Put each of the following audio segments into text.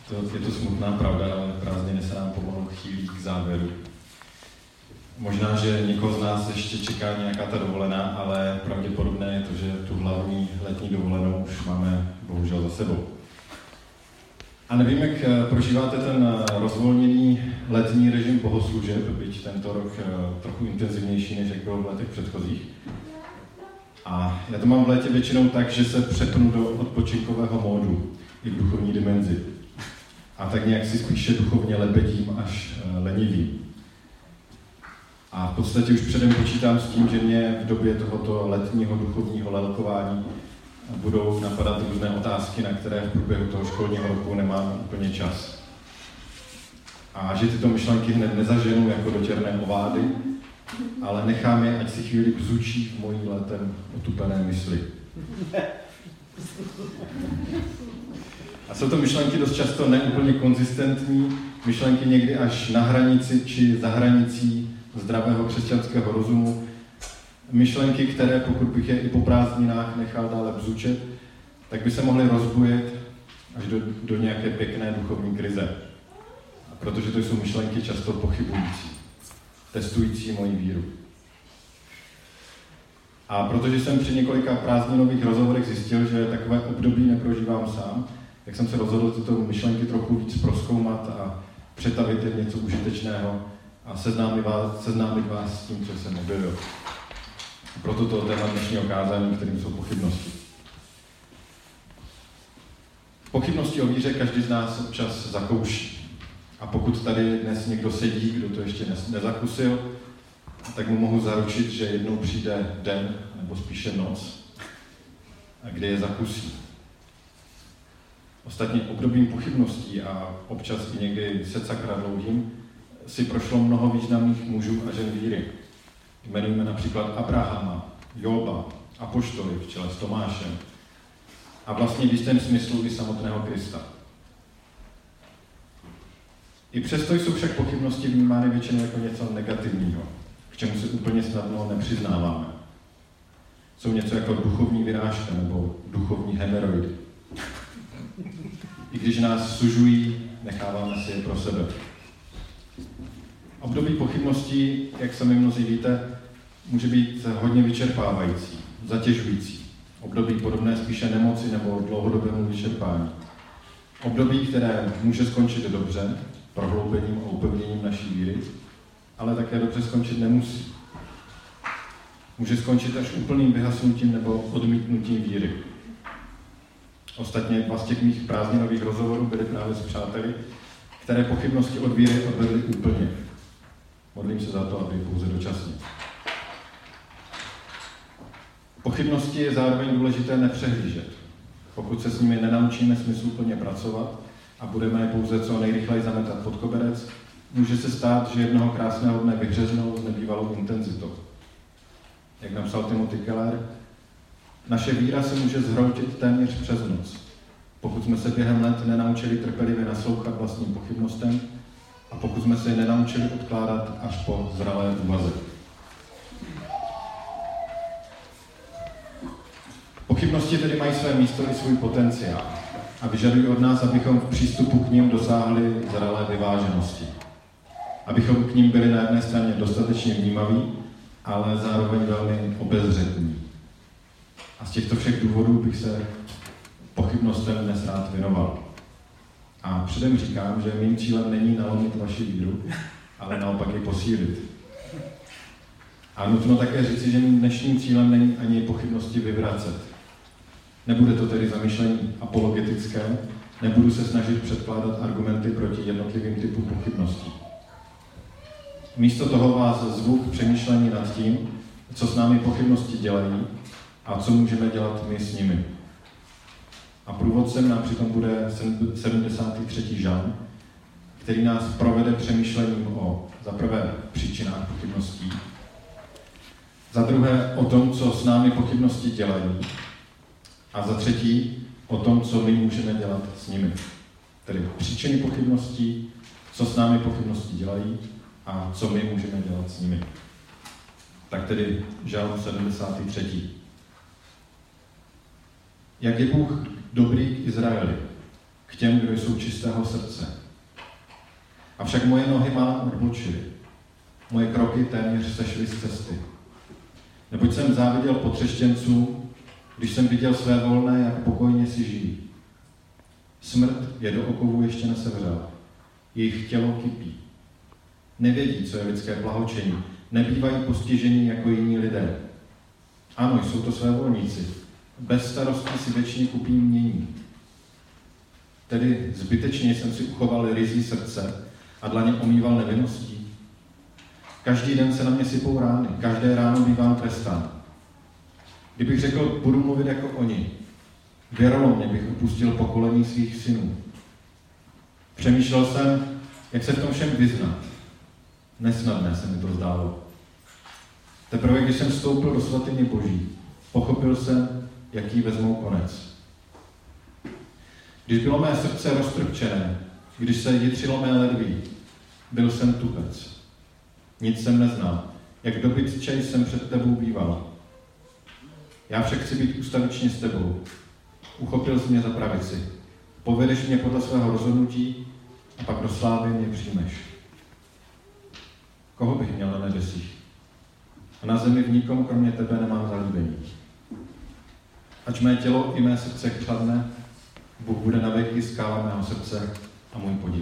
Je to smutná pravda, ale prázdniny se nám pomalu chýlí k závěru. Možná, že někoho z nás ještě čeká nějaká ta dovolená, ale pravděpodobné je to, že tu hlavní letní dovolenou už máme bohužel za sebou. A nevím, jak prožíváte ten rozvolněný letní režim bohoslužeb, byť tento rok trochu intenzivnější, než jak bylo v letech předchozích. A já to mám v létě většinou tak, že se přepnu do odpočinkového módu i v duchovní dimenzi. A tak nějak si spíše duchovně lebedím až lenivým. A v podstatě už předem počítám s tím, že mě v době tohoto letního duchovního lelkování budou napadat různé otázky, na které v průběhu toho školního roku nemám úplně čas. A že tyto myšlenky hned nezaženu jako do černé ovády, ale nechám je, ať si chvíli bzučí v mojí letem otupené mysli. A jsou to myšlenky dost často neúplně konzistentní, myšlenky někdy až na hranici či za hranicí zdravého křesťanského rozumu, myšlenky, které, pokud bych je i po prázdninách nechal dále bzučet, tak by se mohly rozbujet až do nějaké pěkné duchovní krize. A protože to jsou myšlenky často pochybující, testující moji víru. A protože jsem při několika prázdninových rozhovorech zjistil, že takové období neprožívám sám, tak jsem se rozhodl tyto myšlenky trochu víc prozkoumat a přetavit je v něco užitečného a seznámit vás s tím, co jsem objevil. Proto to téma dnešního kázání, kterým jsou pochybnosti. Pochybnosti o víře každý z nás občas zakouší. A pokud tady dnes někdo sedí, kdo to ještě nezakusil, tak mu mohu zaručit, že jednou přijde den, nebo spíše noc, kdy je zakusí. Ostatně obdobím pochybností a občas i někdy secakra dlouhým si prošlo mnoho významných mužů a žen víry. Jmenujeme například Abrahama, Joba, apoštoly v čele s Tomášem a vlastně v jistém smyslu i samotného Krista. I přesto jsou však pochybnosti vnímány většinou jako něco negativního, k čemu se úplně snadno nepřiznáváme. Jsou něco jako duchovní vyrážka nebo duchovní hemeroidy. I když nás sužují, necháváme si je pro sebe. Období pochybností, jak sami mnozí víte, může být hodně vyčerpávající, zatěžující. Období podobné spíše nemoci nebo dlouhodobému vyčerpání. Období, které může skončit dobře, prohloubením a upevněním naší víry, ale také dobře skončit nemusí. Může skončit až úplným vyhasnutím nebo odmítnutím víry. Ostatně dva z těch mých prázdninových rozhovorů byly právě s přáteli, které pochybnosti od víry odvedly úplně. Modlím se za to, aby pouze dočasně. Pochybnosti je zároveň důležité nepřehlížet. Pokud se s nimi nenaučíme smysluplně pracovat a budeme je pouze co nejrychleji zametat pod koberec, může se stát, že jednoho krásného dne vyhřeznou s nebývalou intenzitou. Jak napsal Timothy Keller, naše víra se může zhroutit téměř přes noc, pokud jsme se během let nenaučili trpělivě naslouchat vlastním pochybnostem a pokud jsme se je nenaučili odkládat až po zralé úvaze. Pochybnosti tedy mají své místo i svůj potenciál a vyžadují od nás, abychom v přístupu k nim dosáhli zralé vyváženosti. Abychom k nim byli na jedné straně dostatečně vnímaví, ale zároveň velmi obezřetní. A z těchto všech důvodů bych se pochybnostem dnes rád věnoval. A předem říkám, že mým cílem není nalomit vaši víru, ale naopak ji posílit. A nutno také říci, že mým dnešním cílem není ani pochybnosti vyvracet. Nebude to tedy zamýšlení apologetické, nebudu se snažit předkládat argumenty proti jednotlivým typům pochybností. Místo toho vás zvu k přemýšlení nad tím, co s námi pochybnosti dělají a co můžeme dělat my s nimi. A průvodcem nám přitom bude 73. žalm, který nás provede přemýšlením o za prvé příčinách pochybností, za druhé o tom, co s námi pochybnosti dělají a za třetí o tom, co my můžeme dělat s nimi. Tedy příčiny pochybností, co s námi pochybnosti dělají a co my můžeme dělat s nimi. Tak tedy žalm 73. Jak je Bůh dobrý k Izraeli, k těm, kdo jsou čistého srdce. Avšak moje nohy málem odbočily. Moje kroky téměř sešly z cesty. Neboť jsem záviděl potřeštěncům, když jsem viděl své volné, jak pokojně si žijí. Smrt je do okovů ještě nesevřela. Jejich tělo kypí. Nevědí, co je lidské blahočení. Nebývají postižení jako jiní lidé. Ano, jsou to svévolníci. Bez starostí si věčně kupí mění. Tedy zbytečně jsem si uchoval ryzí srdce a dlaně omýval nevinností. Každý den se na mě sypou rány, každé ráno bývám trestán. Kdybych řekl, budu mluvit jako oni, věrolomně bych opustil pokolení svých synů. Přemýšlel jsem, jak se v tom všem vyznat. Nesnadné se mi to zdálo. Teprve, když jsem vstoupil do svatyně Boží, pochopil jsem, jaký vezmou konec. Když bylo mé srdce roztrpčené, když se jitřilo mé ledví, byl jsem tupec. Nic jsem neznal, jak dobytčej jsem před tebou býval. Já však chci být ustavičně s tebou. Uchopil jsi mě za pravici. Povedeš mě podle svého rozhodnutí a pak do slávy mě přijmeš. Koho bych měl na nebesích? A na zemi v nikom kromě tebe nemám zalíbení. Ač mé tělo i mé srdce chladne, Bůh bude navěky skála mého srdce a můj podíl.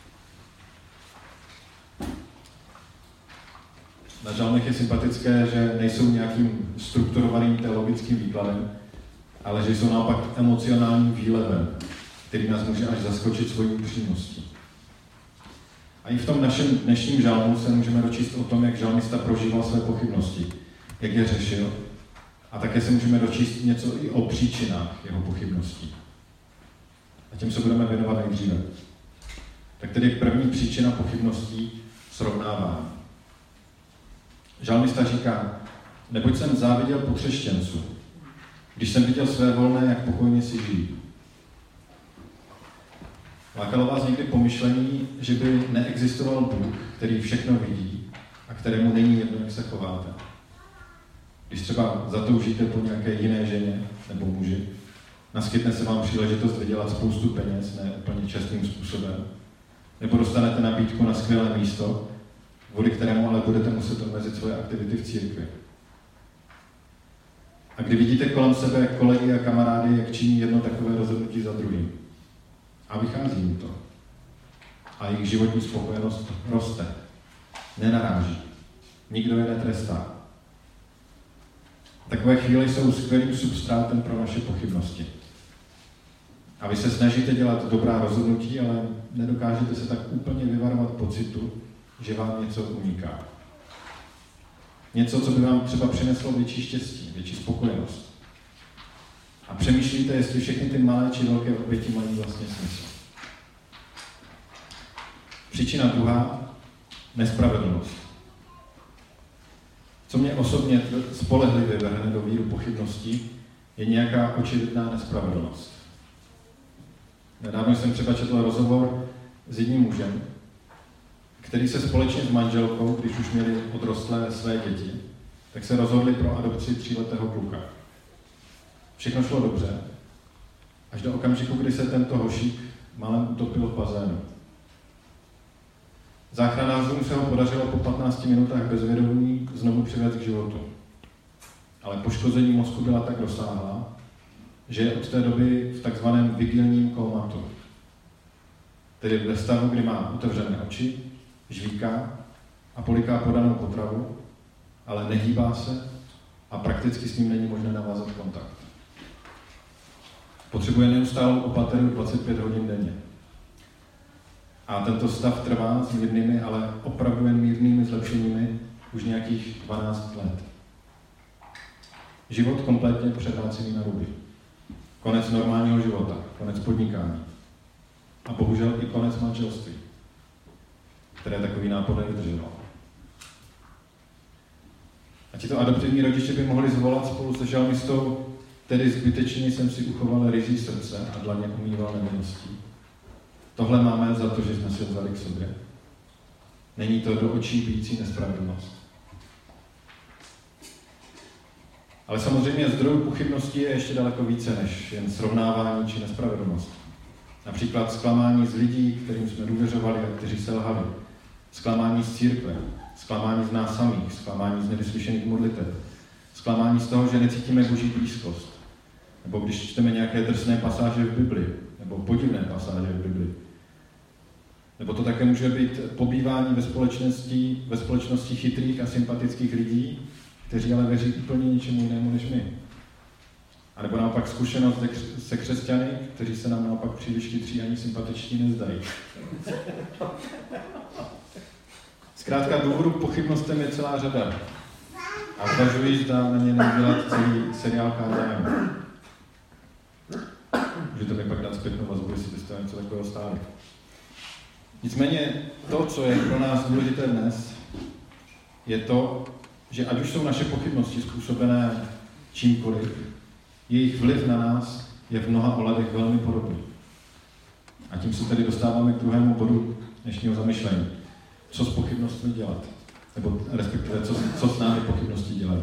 Na žalmech je sympatické, že nejsou nějakým strukturovaným teologickým výkladem, ale že jsou naopak emocionálním výlevem, který nás může až zaskočit svojí upřímností. A i v tom našem dnešním žalmu se můžeme dočíst o tom, jak žalmista prožíval své pochybnosti, jak je řešil, a také se můžeme dočíst něco i o příčinách jeho pochybností. A tím se budeme věnovat nejdříve. Tak tedy první příčina pochybností srovnávání. Žalmista říká, neboť jsem záviděl potřeštěnců, když jsem viděl své volné, jak pokojně si žijí. Lákalo vás někdy pomyšlení, že by neexistoval Bůh, který všechno vidí a kterému není jedno, jak se chováte. Když třeba zatoužíte po nějaké jiné ženě nebo muži, naskytne se vám příležitost vydělat spoustu peněz, ne úplně čestným způsobem, nebo dostanete nabídku na skvělé místo, kvůli kterému ale budete muset omezit svoje aktivity v církvi. A kdy vidíte kolem sebe kolegy a kamarády, jak činí jedno takové rozhodnutí za druhým. A vychází jim to. A jejich životní spokojenost roste. Nenaráží. Nikdo je netrestá. Takové chvíle jsou skvělým substrátem pro naše pochybnosti. A vy se snažíte dělat dobrá rozhodnutí, ale nedokážete se tak úplně vyvarovat pocitu, že vám něco uniká. Něco, co by vám třeba přineslo větší štěstí, větší spokojenost. A přemýšlíte, jestli všechny ty malé či velké oběti mají vlastně smysl. Příčina druhá, nespravedlnost. Co mě osobně spolehlivě vrhne do víru pochybností, je nějaká očividná nespravedlnost. Nedávno jsem třeba četl rozhovor s jedním mužem, který se společně s manželkou, když už měli odrostlé své děti, tak se rozhodli pro adopci 3letého kluka. Všechno šlo dobře, až do okamžiku, kdy se tento hošík málem utopil v bazénu. Záchranářům se ho podařilo po 15 minutách bezvědomí znovu přivést k životu. Ale poškození mozku byla tak rozsáhlá, že je od té doby v takzvaném vigilním kómatu. Tedy ve stavu, kdy má otevřené oči, žvíká a poliká podanou potravu, ale nehýbá se a prakticky s ním není možné navázat kontakt. Potřebuje neustálou opateru 25 hodin denně. A tento stav trvá s mírnými, ale opravdu jen mírnými zlepšeními už nějakých 12 let. Život kompletně převrácený na ruby. Konec normálního života, konec podnikání. A bohužel i konec manželství, které takový nápad nevydrželo. A tito adoptivní rodiče by mohli zvolat spolu se žalmistou, tedy zbytečně jsem si uchoval ryzí srdce a dlaně umýval nevinností. Tohle máme za to, že jsme si vzali k sobě. Není to do očí bijící nespravedlnost. Ale samozřejmě zdrojů pochybností je ještě daleko více než jen srovnávání či nespravedlnost. Například zklamání z lidí, kterým jsme důvěřovali a kteří selhali. Zklamání z církve, zklamání z nás samých, zklamání z nevyslyšených modlitev, zklamání z toho, že necítíme Boží blízkost. Nebo když čteme nějaké drsné pasáže v Bibli, nebo podivné pasáže v Bibli. Nebo to také může být pobývání ve společnosti chytrých a sympatických lidí, kteří ale věří úplně ničemu jinému než my. A nebo naopak zkušenost se křesťany, kteří se nám naopak příliš chytří ani sympatičtí nezdají. Zkrátka důvodů k pochybnostem je celá řada. A zvažuji, zda na ně neudělat celý seriál kázání. Můžete mi pak dát zpětnou vazbu, jestli byste něco takového stáli. Nicméně to, co je pro nás důležité dnes, je to, že ať už jsou naše pochybnosti způsobené čímkoliv, jejich vliv na nás je v mnoha ohledech velmi podobný. A tím se tedy dostáváme k druhému bodu dnešního zamyšlení. Co s pochybnostmi dělat? Nebo respektive, co s námi pochybnosti dělají?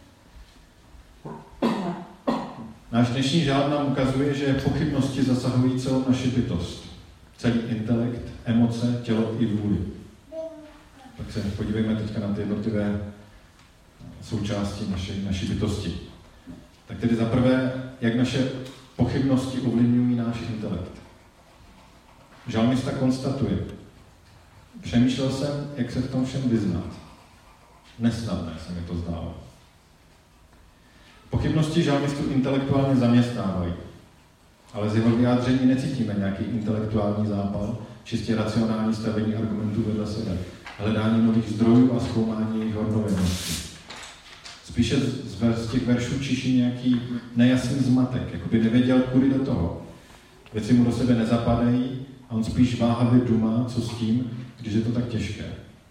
Náš dnešní žád nám ukazuje, že pochybnosti zasahují celou naši bytost. Celý intelekt, emoce, tělo i vůli. Tak se podívejme teďka na ty jednotlivé součásti naší bytosti. Tak tedy zaprvé, jak naše pochybnosti ovlivňují náš intelekt. Žalmista konstatuje: přemýšlel jsem, jak se v tom všem vyznat. Nesnadné se mi to zdálo. Pochybnosti žalmistu intelektuálně zaměstnávají, ale z jeho vyjádření necítíme nějaký intelektuální zápal, čistě racionální stavění argumentů vedle sebe, hledání nových zdrojů a zkoumání jejich hodnověrnosti. Spíše z těch veršů čiší nějaký nejasný zmatek, jako by nevěděl, kudy do toho. Věci mu do sebe nezapadají a on spíš váhavě dumá, co s tím, když je to tak těžké.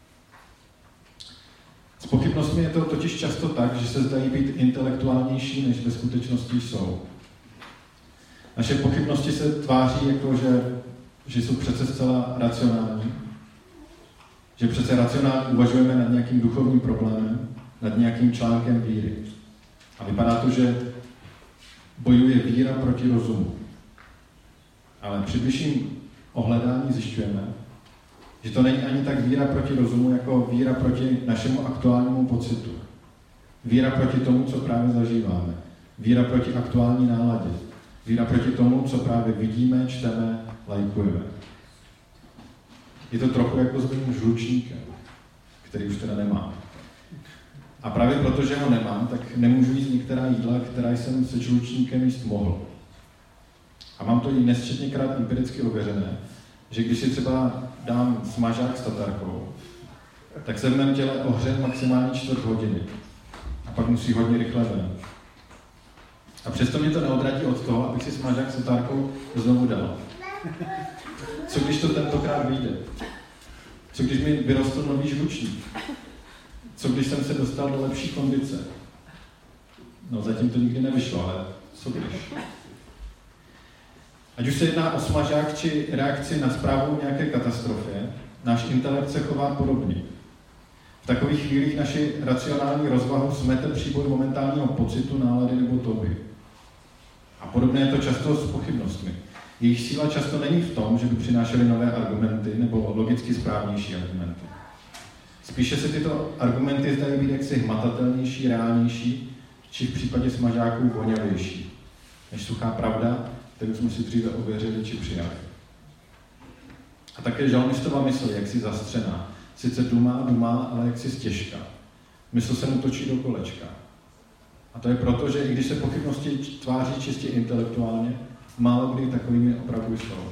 S pochybnostmi je to totiž často tak, že se zdají být intelektuálnější, než ve skutečnosti jsou. Naše pochybnosti se tváří jako, že jsou přece zcela racionální, že přece racionálně uvažujeme nad nějakým duchovním problémem, nad nějakým článkem víry. A vypadá to, že bojuje víra proti rozumu. Ale při bližším ohledání zjišťujeme, že to není ani tak víra proti rozumu, jako víra proti našemu aktuálnímu pocitu. Víra proti tomu, co právě zažíváme. Víra proti aktuální náladě. Víra proti tomu, co právě vidíme, čteme, lajkujeme. Je to trochu jako s mým žlučníkem, který už teda nemám. A právě proto, že ho nemám, tak nemůžu jíst některá jídla, která jsem se žlučníkem jíst mohl. A mám to i nesčetněkrát empiricky ověřené, že když si třeba dám smažák s tatarkou, tak se v mém těle ohřeje maximálně 4 hodiny. A pak musí hodně rychle ven. A přesto mě to neodradí od toho, abych si smažák s tatárkou znovu dal. Co když to tentokrát vyjde? Co když mi vyrostl nový žlučník? Co když jsem se dostal do lepší kondice? No zatím to nikdy nevyšlo, ale co když? Ať už se jedná o smažák či reakci na zprávu o nějaké katastrofě, náš intelekt se chová podobně. V takových chvílích naši racionální rozvahu smete příboj momentálního pocitu, nálady nebo touhy. A podobné je to často s pochybnostmi. Jejich síla často není v tom, že by přinášely nové argumenty nebo logicky správnější argumenty. Spíše se tyto argumenty zdají být jaksi hmatatelnější, reálnější, či v případě smažáků voněvější, než suchá pravda, kterou jsme si dříve ověřili či přijali. A také žalmistova mysl je jaksi zastřená. Sice dumá, ale jaksi stěžka. Mysl se mu točí do kolečka. A to je proto, že i když se pochybnosti tváří čistě intelektuálně, málo kdy takovými opravdu jsou.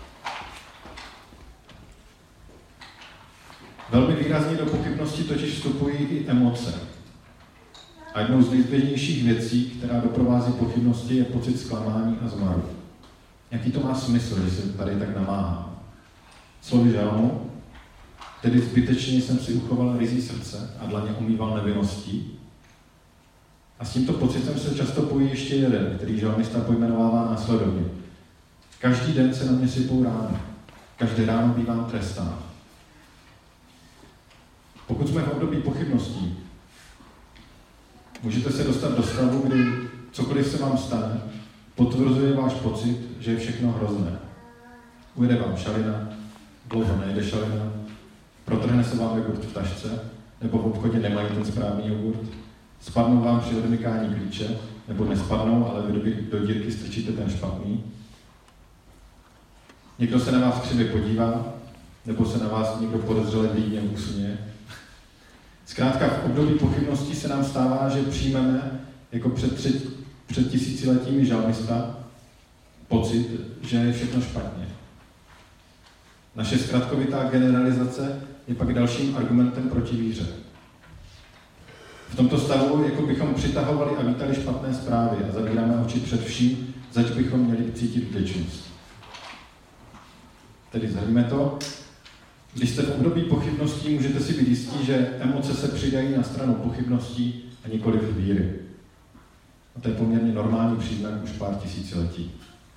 Velmi výrazně do pochybnosti totiž vstupují i emoce. A jednou z nejzběžnějších věcí, která doprovází pochybnosti, je pocit zklamání a zmaru. Jaký to má smysl, že se tady tak namáhám? Slovy žalmu, tedy zbytečně jsem si uchoval ryzí srdce a dlaně omýval nevinností. A s tímto pocitem se často pojí ještě jeden, který žalmista pojmenovává následovně. Každý den se na mě sypou rány. Každé ráno bývám trestán. Pokud jsme v období pochybností, můžete se dostat do stavu, kdy cokoliv se vám stane, potvrzuje váš pocit, že je všechno hrozné. ujede vám šalina, dlouho nejde šalina, protrhne se vám jogurt v tašce, nebo v obchodě nemají ten správný jogurt, spadnou vám při odmykání klíče, nebo nespadnou, ale vy do dírky strčíte ten špatný. Někdo se na vás křivě podívá, nebo se na vás někdo podezřele vlídně usměje. Zkrátka v období pochybností se nám stává, že přijmeme jako před tisíciletími žalmista pocit, že je všechno špatně. Naše zkratkovitá generalizace je pak dalším argumentem proti víře. V tomto stavu jako bychom přitahovali a vítali špatné zprávy a zavíráme oči před vším, zač bychom měli cítit vděčnost. Tedy zhrňme to. Když jste v období pochybností, můžete si být jistí, že emoce se přidají na stranu pochybností a nikoliv víry. A to je poměrně normální příznak už pár tisíciletí.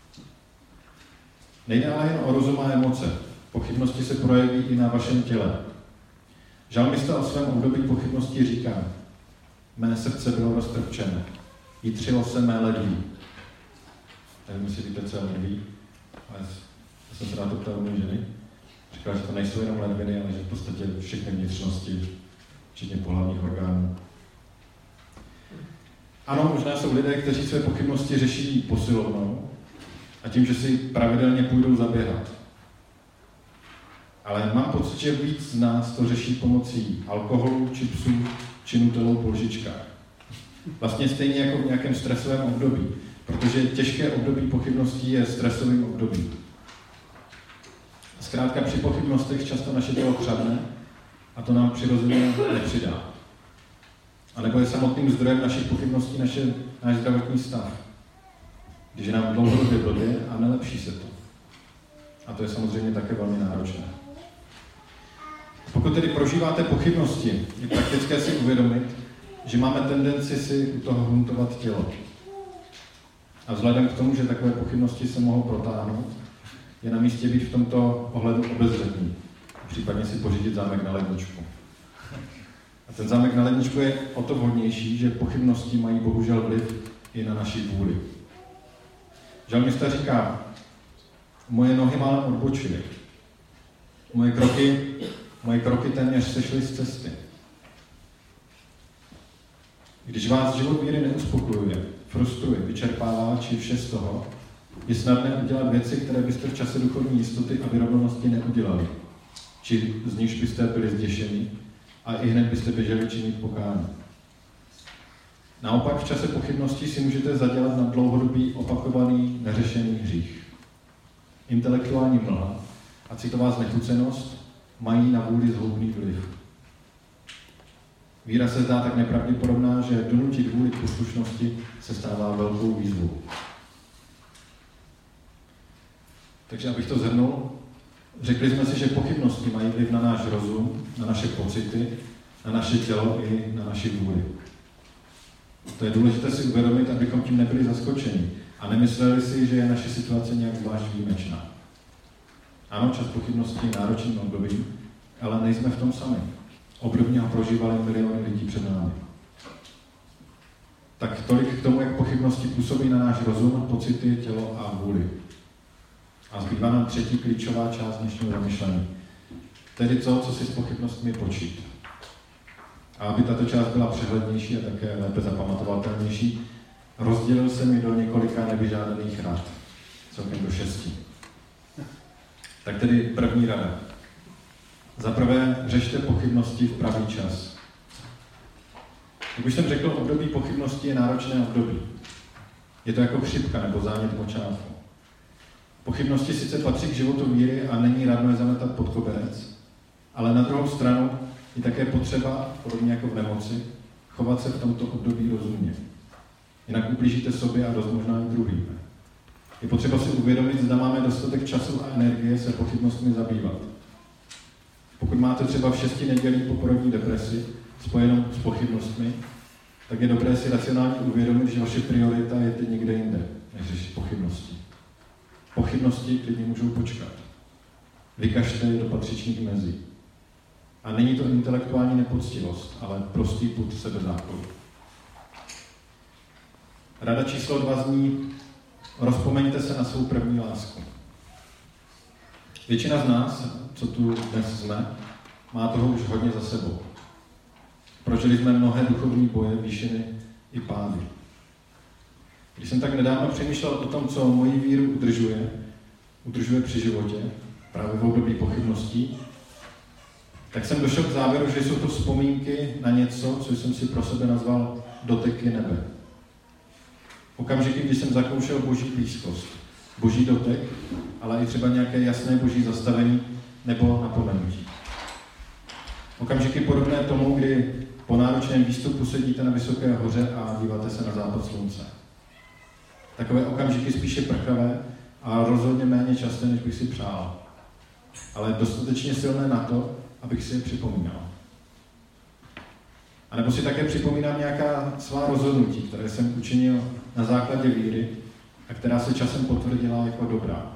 Nejde ale jen o rozum a emoce. Pochybnosti se projeví i na vašem těle. Žalmista o svém období pochybností říká: mé srdce bylo roztrpčené, jitřilo se mé ledví. Nevím, jestli víte, co je ledví, ale já jsem se na to ptal u ženy. Říkala, že to nejsou jenom ledviny, ale že v podstatě všechny vnitřnosti, včetně pohlavních orgánů. Ano, možná jsou lidé, kteří své pochybnosti řeší posilovnou a tím, že si pravidelně půjdou zaběhat. Ale mám pocit, že víc z nás to řeší pomocí alkoholu, čipsů či nutelou po lžičkách. Vlastně stejně jako v nějakém stresovém období, protože těžké období pochybností je stresovým obdobím. Zkrátka při pochybnostech často naše tělo chřadne a to nám přirozeně nepřidá. A nebo je samotným zdrojem našich pochybností náš zdravotní stav. Když je nám dlouhodobě blbě a nelepší se to. A to je samozřejmě také velmi náročné. Pokud tedy prožíváte pochybnosti, je praktické si uvědomit, že máme tendenci si u toho huntovat tělo. A vzhledem k tomu, že takové pochybnosti se mohou protáhnout, je na místě být v tomto ohledu obezřetný. Případně si pořídit zámek na ledničku. A ten zámek na ledničku je o to vhodnější, že pochybnosti mají bohužel vliv i na naši vůli. Žalmista říká: moje nohy málem odbočily. Moje kroky téměř sešly z cesty. Když vás život víry neuspokojuje, frustruje, vyčerpává, či vše z toho, je snadné udělat věci, které byste v čase duchovní jistoty a vyrovnanosti neudělali, či z nichž byste byli zděšeni a i hned byste běželi činit pokání. Naopak v čase pochybností si můžete zadělat na dlouhodobý, opakovaný, neřešený hřích. Intelektuální mlha a citová znechucenost mají na vůli zhoubný vliv. Víra se zdá tak nepravděpodobná, že donutit vůli k poslušnosti se stává velkou výzvou. Takže abych to shrnul, řekli jsme si, že pochybnosti mají vliv na náš rozum, na naše pocity, na naše tělo i na naši vůli. To je důležité si uvědomit, abychom tím nebyli zaskočeni a nemysleli si, že je naše situace nějak zvlášť výjimečná. Ano, čas pochybností je náročným obdobím, ale nejsme v tom sami. Obdobně ho prožívali miliony lidí před námi. Tak tolik k tomu, jak pochybnosti působí na náš rozum, pocity, tělo a vůli. A zbývá nám třetí klíčová část dnešního zamyšlení. Tedy co si s pochybnostmi počít. A aby tato část byla přehlednější a také lépe zapamatovatelnější, rozdělil jsem ji do několika nevyžádaných rad. Celkem do 6. Tak tedy první rada. Za prvé, řešte pochybnosti v pravý čas. Jak už jsem řekl, období pochybností je náročné období. Je to jako chřipka nebo zánět močálu. Pochybnosti sice patří k životu víry a není radno je zametat pod koberec, ale na druhou stranu je také potřeba, podobně jako v nemoci, chovat se v tomto období rozumně. Jinak ublížíte sobě a dost možná i druhým. Je potřeba si uvědomit, zda máme dostatek času a energie se pochybnostmi zabývat. Pokud máte třeba v 6 nedělí poporodní depresi spojenou s pochybnostmi, tak je dobré si racionálně uvědomit, že vaše priorita je teď někde jinde, než řešit pochybnosti. Pochybnosti klidně můžou počkat. Vykažte je do patřičných mezí. A není to intelektuální nepoctivost, ale prostý pud sebezáchodu. Rada číslo 2 zní: rozpomeňte se na svou první lásku. Většina z nás, co tu dnes jsme, má toho už hodně za sebou. Prožili jsme mnohé duchovní boje, výšiny i pády. Když jsem tak nedávno přemýšlel o tom, co moji víru udržuje při životě, právě v období pochybností, tak jsem došel k závěru, že jsou to vzpomínky na něco, co jsem si pro sebe nazval doteky nebe. Okamžiky, kdy jsem zakoušel boží blízkost, boží dotek, ale i třeba nějaké jasné boží zastavení nebo napomenutí. Okamžiky podobné tomu, kdy po náročném výstupu sedíte na vysoké hoře a díváte se na západ slunce. Takové okamžiky spíše prchavé a rozhodně méně časté, než bych si přál. Ale dostatečně silné na to, abych si je připomínal. A nebo si také připomínám nějaká svá rozhodnutí, které jsem učinil na základě víry a která se časem potvrdila jako dobrá.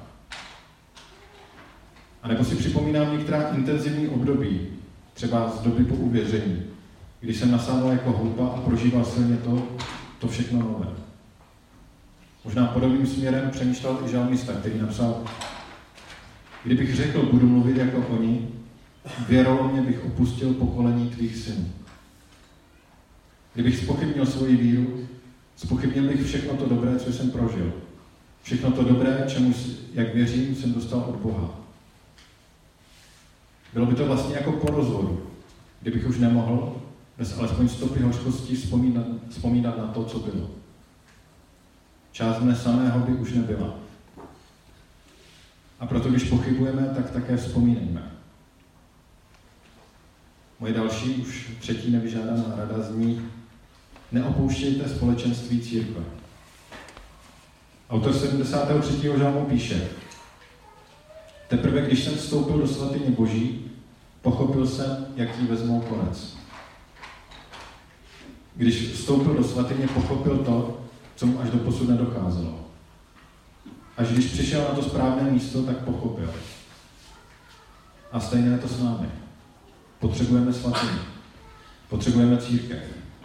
A nebo si připomínám některá intenzivní období, třeba z doby po uvěření, když jsem nasával jako houba a prožíval silně to všechno nové. Možná podobným směrem přemýšlel i žalmista, který napsal: Kdybych řekl, budu mluvit jako oni, věrolomně bych opustil pokolení tvých synů. Kdybych zpochybnil svoji víru, zpochybnil bych všechno to dobré, co jsem prožil. Všechno to dobré, čemu, jak věřím, jsem dostal od Boha. Bylo by to vlastně jako po rozvodu, kdybych už nemohl bez alespoň stopy hořkosti vzpomínat na to, co bylo. Část mne samého by už nebyla. A proto, když pochybujeme, tak také vzpomínejme. Moje další, už třetí nevyžádaná rada zní: neopouštějte společenství církve. Autor 73. žalmu píše: Teprve když jsem vstoupil do svatyně Boží, pochopil jsem, jak jí vezmou konec. Když vstoupil do svatyně, pochopil to, co mu až doposud nedocházelo. Až když přišel na to správné místo, tak pochopil. A stejné je to s námi. Potřebujeme svatyni. Potřebujeme církev.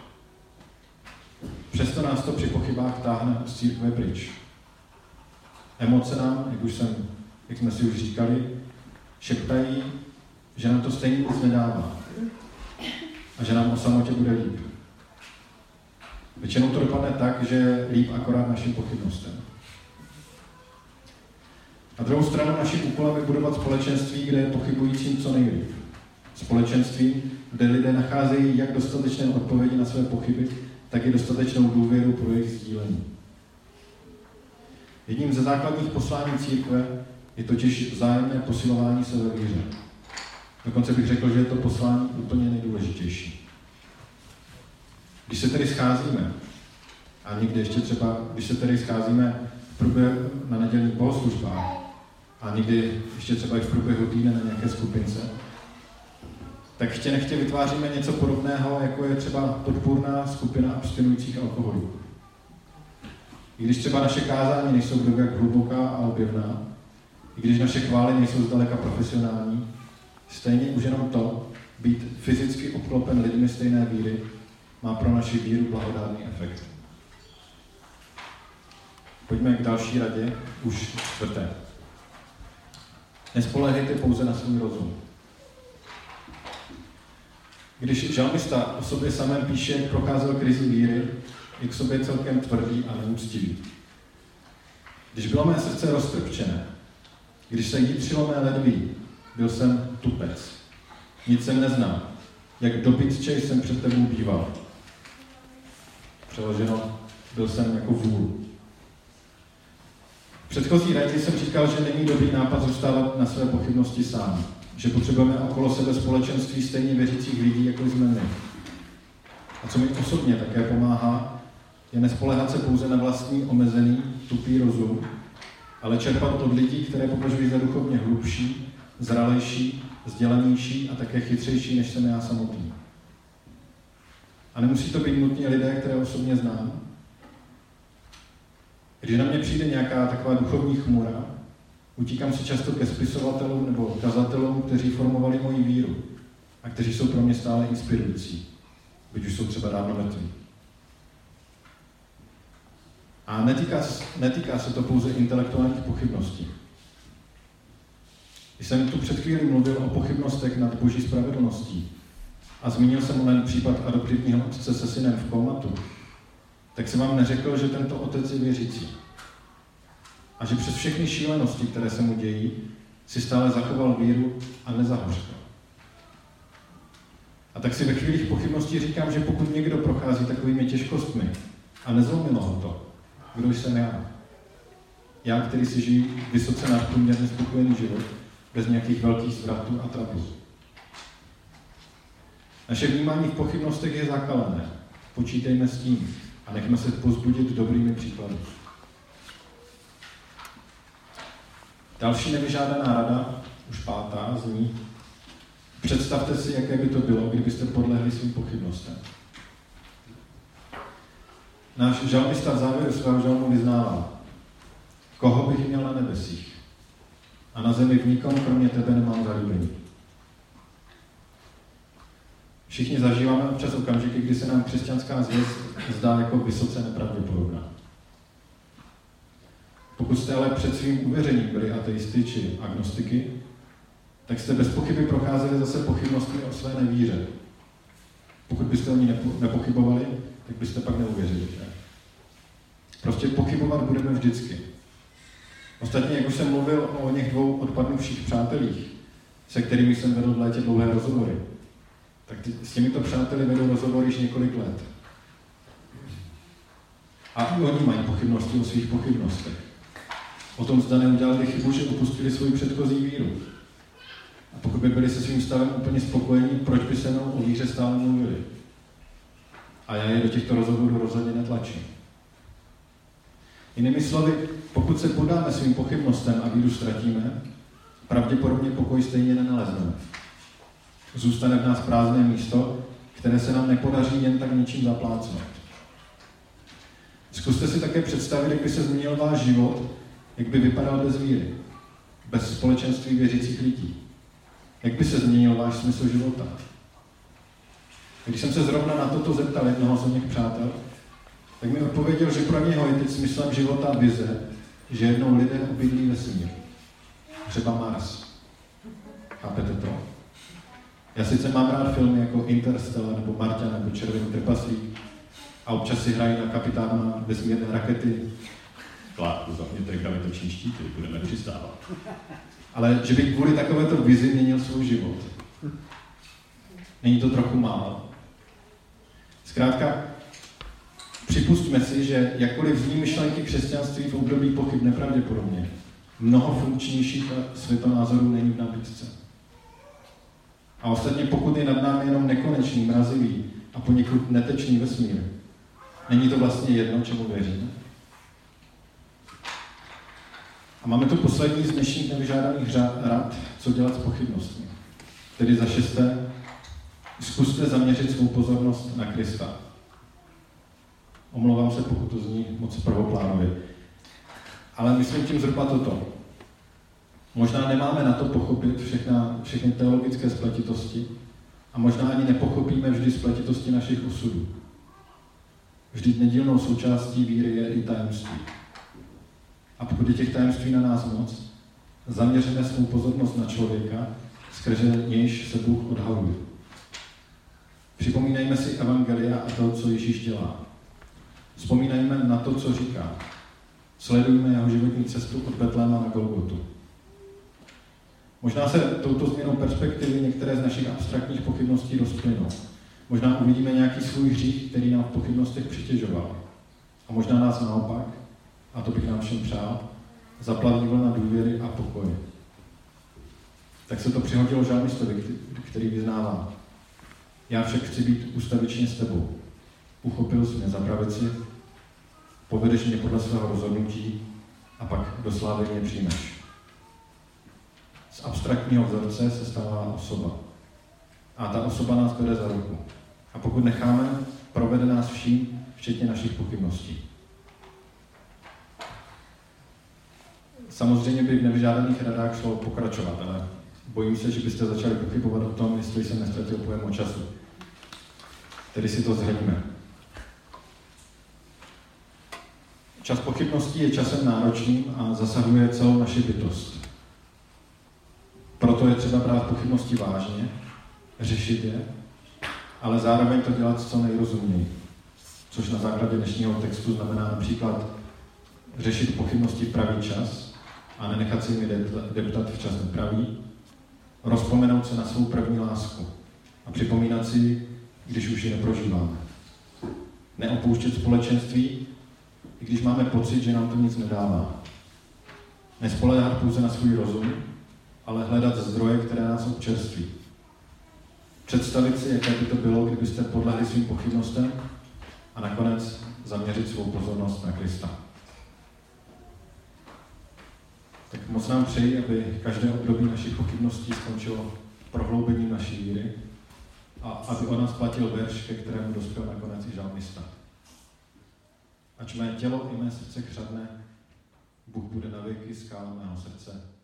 Přesto nás to při pochybách táhne z církve pryč. Emoce nám, jak jsme si už říkali, šeptají, že nám to stejně nic nedává a že nám o samotě bude líp. Většinou to dopadne tak, že líp akorát našim pochybnostem. Na druhou stranu naším úkolem je budovat společenství, kde je pochybujícím co nejlíp. Společenství, kde lidé nacházejí jak dostatečné odpovědi na své pochyby, tak i dostatečnou důvěru pro jejich sdílení. Jedním ze základních poslání církve je totiž vzájemné posilování se ve víře. Dokonce bych řekl, že je to poslání úplně nejdůležitější. Když se tedy scházíme, a někdy ještě třeba, když se tedy scházíme v průběhu na nedělních bohoslužbách, a někdy ještě třeba i v průběhu týdne na nějaké skupince, tak chtě nechtě vytváříme něco podobného, jako je třeba podpůrná skupina abstinujících alkoholů. I když třeba naše kázání nejsou kdo jak hluboká a objevná, i když naše chvály nejsou zdaleka profesionální, stejně už jenom to, být fyzicky obklopen lidmi stejné víry, má pro naši víru blahodárný efekt. Pojďme k další radě, už čtvrté. Nespoléhejte pouze na svůj rozum. Když žalmista o sobě samém píše, jak procházel krizi víry, je k sobě celkem tvrdý a neúctivý. Když bylo mé srdce roztrpčené, když se jitřilo mé ledví, byl jsem tupec. Nic jsem neznal. Jak dobytče jsem před tebou býval. Přeloženo, byl jsem jako vůl. V předchozí radě jsem říkal, že není dobrý nápad zůstávat na své pochybnosti sám. Že potřebujeme okolo sebe společenství stejně věřících lidí, jako jsme my. A co mi osobně také pomáhá, je nespoléhat se pouze na vlastní omezený, tupý rozum, ale čerpat od lidí, které považuji za duchovně hlubší, zralejší, vzdělanější a také chytřejší, než jsem já samotný. A nemusí to být nutně lidé, které osobně znám. Když na mě přijde nějaká taková duchovní chmura, utíkám se často ke spisovatelům nebo kazatelům, kteří formovali moji víru a kteří jsou pro mě stále inspirující, byť už jsou třeba dávno mrtví. A netýká se to pouze intelektuálních pochybností. Když jsem tu před chvílí mluvil o pochybnostech nad Boží spravedlností a zmínil jsem jen případ adoptivního otce se synem v komatu, tak jsem vám neřekl, že tento otec je věřící. A že přes všechny šílenosti, které se mu dějí, si stále zachoval víru a nezahořkal. A tak si ve chvílích pochybností říkám, že pokud někdo prochází takovými těžkostmi a nezlomilo ho to, kdo jsem já? Já, který si žiju vysoce nadprůměrně spokojený život, bez nějakých velkých zvratů a trablů. Naše vnímání v pochybnostech je zakalené. Počítejme s tím a nechme se povzbudit dobrými příklady. Další nevyžádaná rada, už 5. zní: představte si, jaké by to bylo, kdybyste podlehli svým pochybnostem. Náš žalmista v závěru svého žalmu vyznává: koho bych měl na nebesích? A na zemi v nikom kromě tebe nemám zalíbení. Všichni zažíváme občas okamžiky, kdy se nám křesťanská zvěst zdá jako vysoce nepravděpodobná. Pokud jste ale před svým uvěřením byli ateisty či agnostiky, tak jste bez pochyby procházeli zase pochybnostmi o své nevíře. Pokud byste o ní nepochybovali, tak byste pak neuvěřili. Že? Prostě pochybovat budeme vždycky. Ostatně, jak už jsem mluvil o něch 2 odpadnuvších přátelích, se kterými jsem vedl v létě dlouhé rozhovory, tak s těmito přáteli vedou rozhovory již několik let. A i oni mají pochybnosti o svých pochybnostech. O tom, zda neudělali chybu, že opustili svou předchozí víru. A pokud by byli se svým stavem úplně spokojení, proč by se mnou o víře stále mluvili? A já je do těchto rozhovorů rozhodně netlačím. Jinými slovy, pokud se podáme svým pochybnostem a víru ztratíme, pravděpodobně pokoj stejně nenalezneme. Zůstane v nás prázdné místo, které se nám nepodaří jen tak ničím zaplácnout. Zkuste si také představit, jak by se změnil váš život, jak by vypadal bez víry, bez společenství věřících lidí. Jak by se změnil váš smysl života? Když jsem se zrovna na toto zeptal jednoho z mých přátel, tak mi odpověděl, že pro něho je teď smyslem života vize, že jednou lidé obydlí vesmír. Třeba Mars. Chápete to? Já sice mám rád filmy jako Interstellar nebo Marťan nebo Červený trpaslík a občas si hrají na kapitána vesmírné rakety. Klárku, zapněte gravitační štíty, budeme přistávat. Ale že bych kvůli takovéto vizi měnil svůj život. Není to trochu málo? Zkrátka, připustme si, že jakkoliv zní myšlenky křesťanství v období pochyb nepravděpodobně, mnoho funkčnějších světonázorů není v nabídce. A ostatně pokud je nad námi jenom nekonečný, mrazivý a poněkud netečný vesmír, není to vlastně jedno, čemu věříme? A máme tu poslední z dnešních nevyžádaných rad, co dělat s pochybnostmi. Tedy za 6. Zkuste zaměřit svou pozornost na Krista. Omlouvám se, pokud to zní moc prvoplánově. Ale myslím tím zhruba toto. Možná nemáme na to pochopit všechny teologické spletitosti a možná ani nepochopíme vždy spletitosti našich osudů. Vždyť nedílnou součástí víry je i tajemství. A pokud je těch tajemství na nás moc, zaměříme svou pozornost na člověka, skrze nějž se Bůh odhaluje. Připomínejme si evangelia a to, co Ježíš dělá. Vzpomínejme na to, co říká. Sledujme jeho životní cestu od Betléma na Golgotu. Možná se touto změnou perspektivy některé z našich abstraktních pochybností rozplynou. Možná uvidíme nějaký svůj hřích, který nám v pochybnostech přitěžoval. A možná nás naopak, a to bych nám všem přál, zaplaví vlna důvěry a pokoje. Tak se to přihodilo žalmistovi, který vyznává: já však chci být ustavičně s tebou. Uchopil jsi mě za pravici, povedeš mě podle svého rozhodnutí a pak do slávy mě přijmeš. Z abstraktního vzorce se stává osoba. A ta osoba nás vede za ruku. A pokud necháme, provede nás vším, včetně našich pochybností. Samozřejmě by v nevyžádaných radách šlo pokračovat, ale bojím se, že byste začali pochybovat o tom, jestli jsem nestratil pojem o času. Tedy si to zhrníme. Čas pochybností je časem náročným a zasahuje celou naši bytost. proto je třeba brát pochybnosti vážně, řešit je, ale zároveň to dělat co nejrozumněji. Což na základě dnešního textu znamená například řešit pochybnosti v pravý čas a nenechat si mi deptat v čas nepravý, rozpomenout se na svou první lásku a připomínat si, když už ji neprožíváme. Neopouštět společenství, i když máme pocit, že nám to nic nedává. Nespoléhat pouze na svůj rozum, ale hledat zdroje, které nás občerství. Představit si, jaké by to bylo, kdybyste podlehli svým pochybnostem a nakonec zaměřit svou pozornost na Krista. Tak moc nám přeji, aby každé období našich pochybností skončilo prohloubením naší víry a aby o nás platil verš, ke kterému dospěl nakonec i žalmista. Ač mé tělo i mé srdce chřadne, Bůh bude na věky skála mého srdce.